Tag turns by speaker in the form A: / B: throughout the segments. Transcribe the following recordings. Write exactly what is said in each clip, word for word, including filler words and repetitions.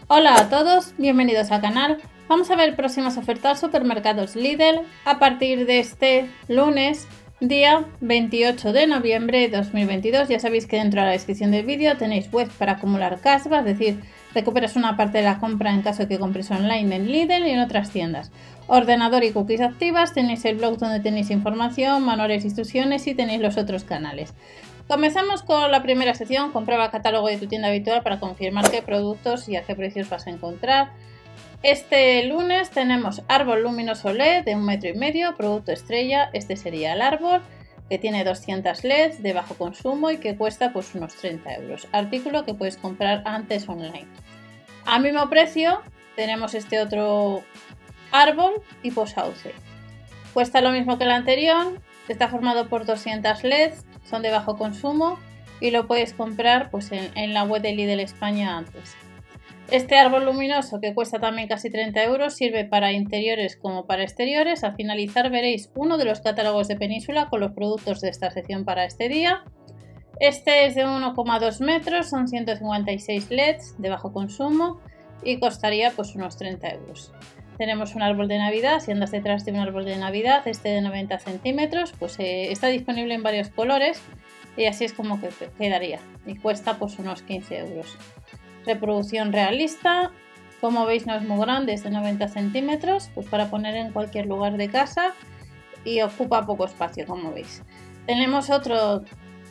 A: Hola a todos, bienvenidos al canal. Vamos a ver próximas ofertas supermercados Lidl a partir de este lunes, día veintiocho de noviembre de dos mil veintidós. Ya sabéis que dentro de la descripción del vídeo tenéis web para acumular cashback, es decir, recuperas una parte de la compra en caso de que compres online en Lidl y en otras tiendas. Ordenador y cookies activas, tenéis el blog donde tenéis información, manuales, instrucciones y tenéis los otros canales. Comenzamos con la primera sección, comprueba catálogo de tu tienda habitual para confirmar qué productos y a qué precios vas a encontrar. Este lunes tenemos árbol luminoso L E D de un metro y medio, producto estrella. Este sería el árbol, que tiene doscientos L E Ds de bajo consumo y que cuesta pues unos treinta euros. Artículo que puedes comprar antes online. A mismo precio tenemos este otro árbol tipo sauce. Cuesta lo mismo que el anterior, está formado por doscientos L E Ds, son de bajo consumo y lo puedes comprar pues en, en la web de Lidl España antes. Este árbol luminoso, que cuesta también casi treinta euros, sirve para interiores como para exteriores. Al finalizar veréis uno de los catálogos de Península con los productos de esta sección para este día. Este es de uno coma dos metros, son ciento cincuenta y seis L E Ds de bajo consumo y costaría pues unos treinta euros. Tenemos un árbol de Navidad, si andas detrás de un árbol de Navidad, este de noventa centímetros, pues eh, está disponible en varios colores y así es como que quedaría y cuesta pues unos quince euros. Reproducción realista, como veis no es muy grande, es de noventa centímetros, pues para poner en cualquier lugar de casa y ocupa poco espacio, como veis. Tenemos otro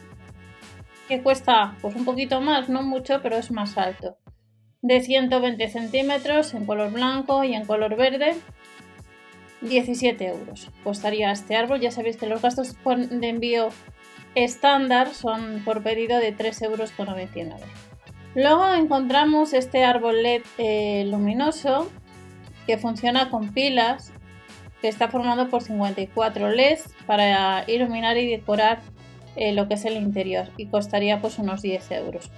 A: que cuesta pues un poquito más, no mucho, pero es más alto, de ciento veinte centímetros en color blanco y en color verde, diecisiete euros costaría este árbol. Ya sabéis que los gastos de envío estándar son por pedido de tres euros con noventa y nueve. Luego encontramos este árbol L E D eh, luminoso que funciona con pilas, que está formado por cincuenta y cuatro L E Ds para iluminar y decorar eh, lo que es el interior y costaría pues unos diez euros.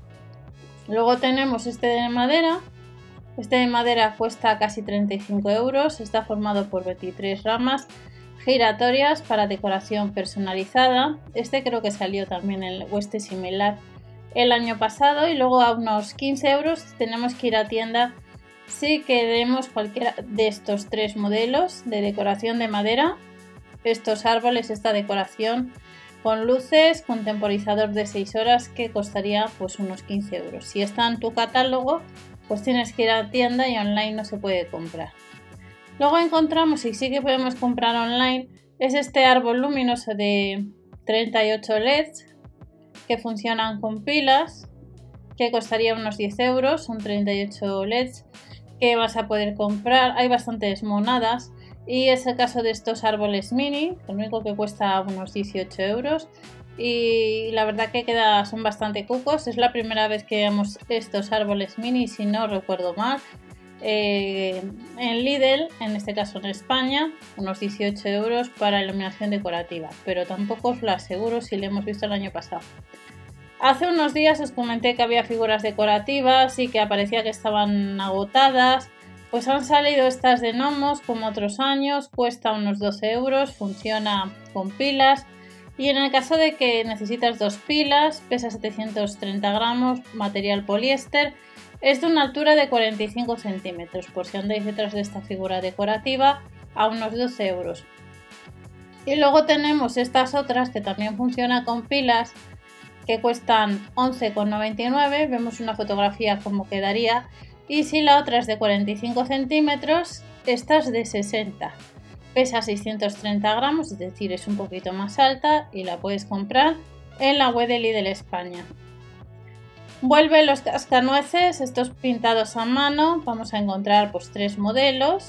A: Luego tenemos este de madera. Este de madera cuesta casi treinta y cinco euros. Está formado por veintitrés ramas giratorias para decoración personalizada. Este creo que salió también en o este similar el año pasado. Y luego a unos quince euros tenemos que ir a tienda si queremos cualquiera de estos tres modelos de decoración de madera. Estos árboles, esta decoración con luces, con temporizador de seis horas, que costaría pues unos quince euros. Si está en tu catálogo, pues tienes que ir a la tienda y online no se puede comprar. Luego encontramos, y sí que podemos comprar online, es este árbol luminoso de treinta y ocho L E Ds que funcionan con pilas, que costaría unos diez euros. Son treinta y ocho L E Ds que vas a poder comprar. Hay bastantes monadas. Y es el caso de estos árboles mini, el único que cuesta unos dieciocho euros y la verdad que queda, son bastante cucos. Es la primera vez que vemos estos árboles mini, si no recuerdo mal, eh, en Lidl, en este caso en España, unos dieciocho euros para iluminación decorativa, pero tampoco os lo aseguro si lo hemos visto el año pasado. Hace unos días os comenté que había figuras decorativas y que aparecía que estaban agotadas. Pues han salido estas de gnomos como otros años, cuesta unos doce euros, funciona con pilas y en el caso de que necesitas dos pilas, pesa setecientos treinta gramos, material poliéster, es de una altura de cuarenta y cinco centímetros, por si andáis detrás de esta figura decorativa, a unos doce euros. Y luego tenemos estas otras que también funcionan con pilas, que cuestan once con noventa y nueve, vemos una fotografía como quedaría. Y si la otra es de cuarenta y cinco centímetros, esta es de sesenta. Pesa seiscientos treinta gramos, es decir, es un poquito más alta y la puedes comprar en la web de Lidl España. Vuelven los cascanueces, estos pintados a mano. Vamos a encontrar pues tres modelos.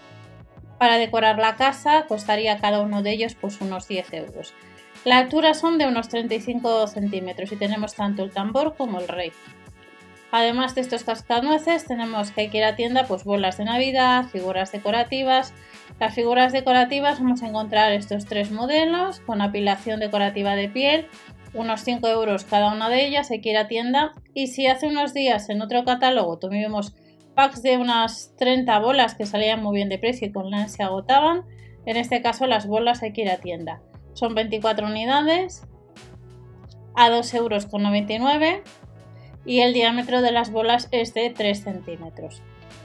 A: Para decorar la casa costaría cada uno de ellos pues unos diez euros. La altura son de unos treinta y cinco centímetros y tenemos tanto el tambor como el rey. Además de estos cascanueces tenemos que hay que ir a tienda pues bolas de Navidad, figuras decorativas. Las figuras decorativas vamos a encontrar estos tres modelos con apilación decorativa de piel, unos cinco euros cada una de ellas, hay que ir a tienda. Y si hace unos días en otro catálogo tuvimos packs de unas treinta bolas que salían muy bien de precio y con online se agotaban, en este caso las bolas hay que ir a tienda. Son veinticuatro unidades a dos euros con noventa y nueve. y el diámetro de las bolas es de tres centímetros.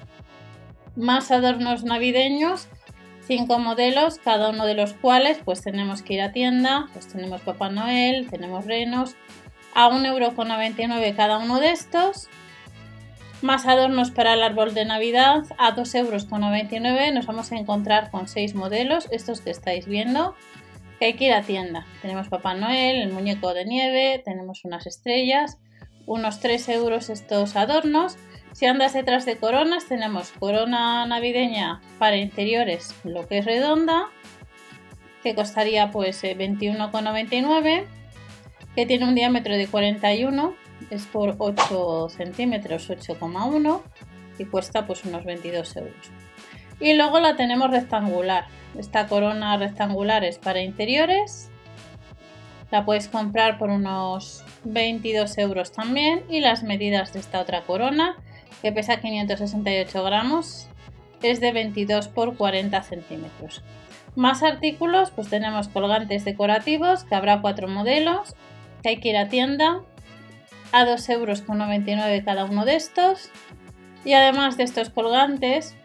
A: Más adornos navideños, cinco modelos, cada uno de los cuales pues tenemos que ir a tienda, pues tenemos Papá Noel, tenemos renos, a un euro con noventa y nueve cada uno de estos. Más adornos para el árbol de Navidad, a dos euros con noventa y nueve nos vamos a encontrar con seis modelos, estos que estáis viendo, que hay que ir a tienda. Tenemos Papá Noel, el muñeco de nieve, tenemos unas estrellas, unos tres euros estos adornos. Si andas detrás de coronas, tenemos corona navideña para interiores, lo que es redonda, que costaría pues veintiuno con noventa y nueve, que tiene un diámetro de cuarenta y uno, es por ocho centímetros, ocho coma uno, y cuesta pues unos veintidós euros. Y luego la tenemos rectangular. Esta corona rectangular es para interiores, la puedes comprar por unos veintidós euros también, y las medidas de esta otra corona, que pesa quinientos sesenta y ocho gramos, es de veintidós por cuarenta centímetros. Más artículos, pues tenemos colgantes decorativos, que habrá cuatro modelos, que hay que ir a tienda, a dos euros con noventa y nueve cada uno de estos. Y además de estos colgantes,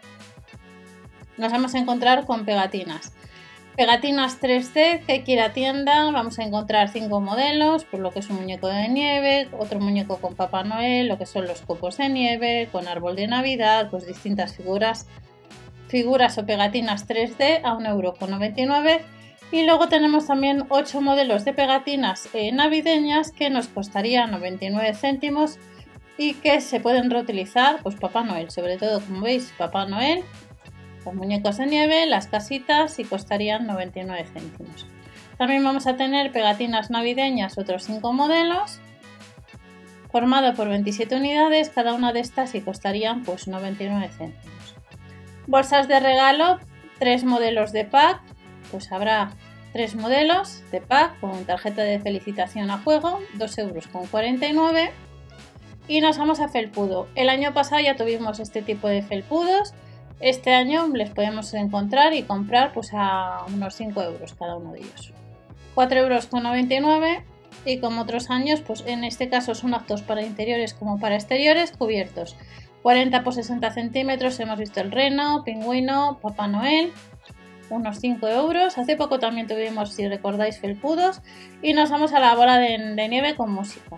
A: nos vamos a encontrar con pegatinas. Pegatinas tres D, que hay que ir a tienda, vamos a encontrar cinco modelos, por lo que es un muñeco de nieve, otro muñeco con Papá Noel, lo que son los copos de nieve, con árbol de Navidad, pues distintas figuras, figuras o pegatinas tres D a un euro con noventa y nueve. Y luego tenemos también ocho modelos de pegatinas eh, navideñas que nos costarían noventa y nueve céntimos y que se pueden reutilizar, pues Papá Noel, sobre todo como veis Papá Noel, los muñecos de nieve, las casitas, y costarían noventa y nueve céntimos. También vamos a tener pegatinas navideñas, otros cinco modelos, formado por veintisiete unidades, cada una de estas y costarían pues noventa y nueve céntimos. Bolsas de regalo, tres modelos de pack, pues habrá tres modelos de pack con tarjeta de felicitación a juego, dos euros con cuarenta y nueve. Y nos vamos a felpudo. El año pasado ya tuvimos este tipo de felpudos. Este año les podemos encontrar y comprar pues a unos cinco euros cada uno de ellos. cuatro euros con noventa y nueve, y como otros años, pues en este caso son aptos para interiores como para exteriores, cubiertos. cuarenta por sesenta centímetros, hemos visto el reno, pingüino, Papá Noel, unos cinco euros. Hace poco también tuvimos, si recordáis, felpudos. Y nos vamos a la bola de, de nieve con música.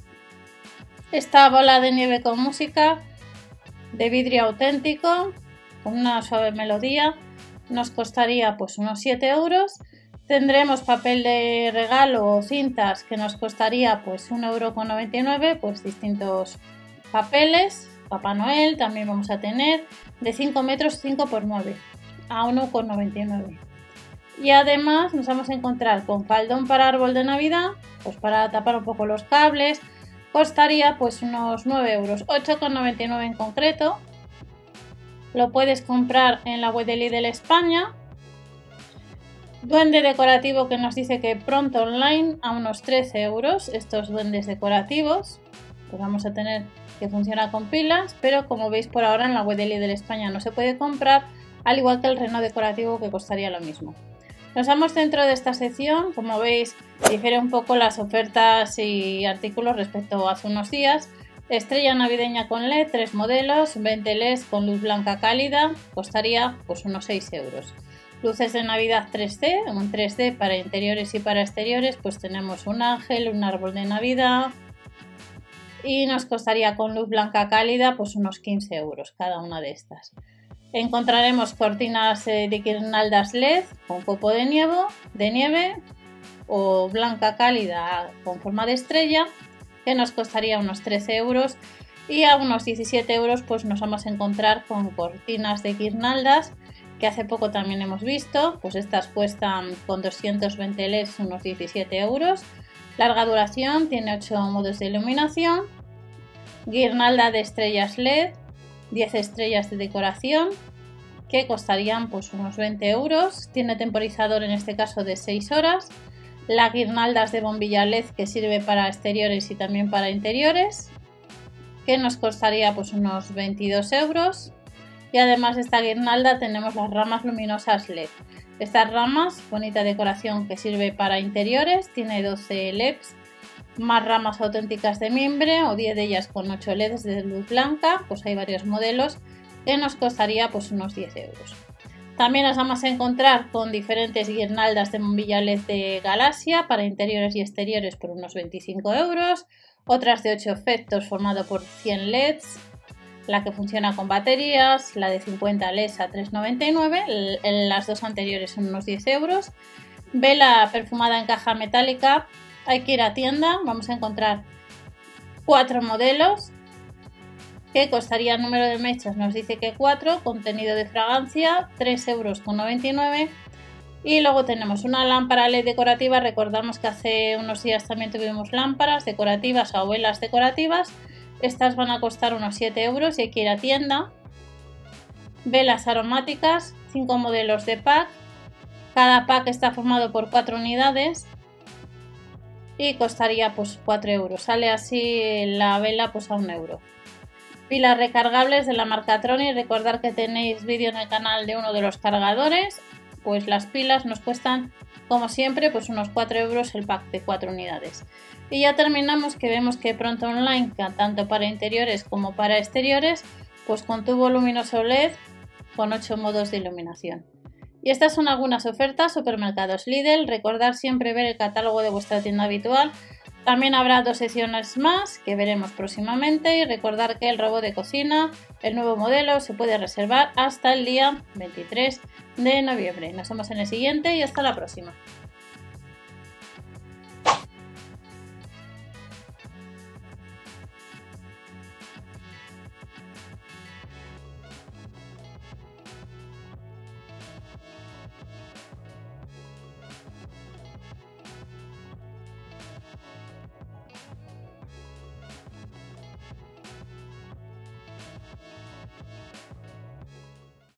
A: Esta bola de nieve con música de vidrio auténtico, con una suave melodía, nos costaría pues unos siete euros. Tendremos papel de regalo o cintas que nos costaría pues un euro con noventa y nueve, pues distintos papeles. Papá Noel también vamos a tener de cinco metros, cinco por nueve, a uno con noventa y nueve. Y además nos vamos a encontrar con faldón para árbol de Navidad, pues para tapar un poco los cables, costaría pues unos nueve euros, ocho con noventa y nueve en concreto. Lo puedes comprar en la web de Lidl España. Duende decorativo que nos dice que pronto online a unos trece euros. Estos duendes decorativos, pues vamos a tener que funcionar con pilas, pero como veis por ahora en la web de Lidl España no se puede comprar, al igual que el reno decorativo que costaría lo mismo. Nos vamos dentro de esta sección. Como veis, difiere un poco las ofertas y artículos respecto a hace unos días. Estrella navideña con L E D, tres modelos, veinte L E Ds con luz blanca cálida, costaría pues unos seis euros. Luces de Navidad tres D, un tres D para interiores y para exteriores, pues tenemos un ángel, un árbol de Navidad, y nos costaría con luz blanca cálida pues unos quince euros cada una de estas. Encontraremos cortinas de guirnaldas L E D con copo de nieve, de nieve o blanca cálida con forma de estrella, que nos costaría unos trece euros, y a unos diecisiete euros pues nos vamos a encontrar con cortinas de guirnaldas que hace poco también hemos visto, pues estas cuestan con doscientos veinte L E Ds unos diecisiete euros, larga duración, tiene ocho modos de iluminación, guirnalda de estrellas L E D, diez estrellas de decoración, que costarían pues unos veinte euros, tiene temporizador en este caso de seis horas, las guirnaldas de bombilla L E D que sirve para exteriores y también para interiores, que nos costaría pues unos veintidós euros. Y además de esta guirnalda tenemos las ramas luminosas L E D. Estas ramas, bonita decoración que sirve para interiores, tiene doce L E Ds más ramas auténticas de mimbre o diez de ellas con ocho L E Ds de luz blanca, pues hay varios modelos que nos costaría pues unos diez euros. También las vamos a encontrar con diferentes guirnaldas de bombilla L E D de Galaxia para interiores y exteriores por unos veinticinco euros, otras de ocho efectos formado por cien L E Ds, la que funciona con baterías, la de cincuenta L E Ds a tres noventa y nueve, las dos anteriores son unos diez euros. Vela perfumada en caja metálica, hay que ir a tienda, vamos a encontrar cuatro modelos que costaría el número de mechas, nos dice que cuatro, contenido de fragancia tres euros con noventa y nueve. Y luego tenemos una lámpara L E D decorativa, recordamos que hace unos días también tuvimos lámparas decorativas o velas decorativas, estas van a costar unos siete euros y hay que ir a tienda. Velas aromáticas, cinco modelos de pack, cada pack está formado por cuatro unidades y costaría pues cuatro euros, sale así la vela pues a un euro. Pilas recargables de la marca Tronic, recordar que tenéis vídeo en el canal de uno de los cargadores, pues las pilas nos cuestan como siempre pues unos cuatro euros el pack de cuatro unidades. Y ya terminamos, que vemos que Pronto Online, tanto para interiores como para exteriores, pues con tubo luminoso L E D con ocho modos de iluminación. Y estas son algunas ofertas Supermercados Lidl, recordar siempre ver el catálogo de vuestra tienda habitual. También habrá dos secciones más que veremos próximamente y recordar que el robot de cocina, el nuevo modelo, se puede reservar hasta el día veintitrés de noviembre. Nos vemos en el siguiente y hasta la próxima.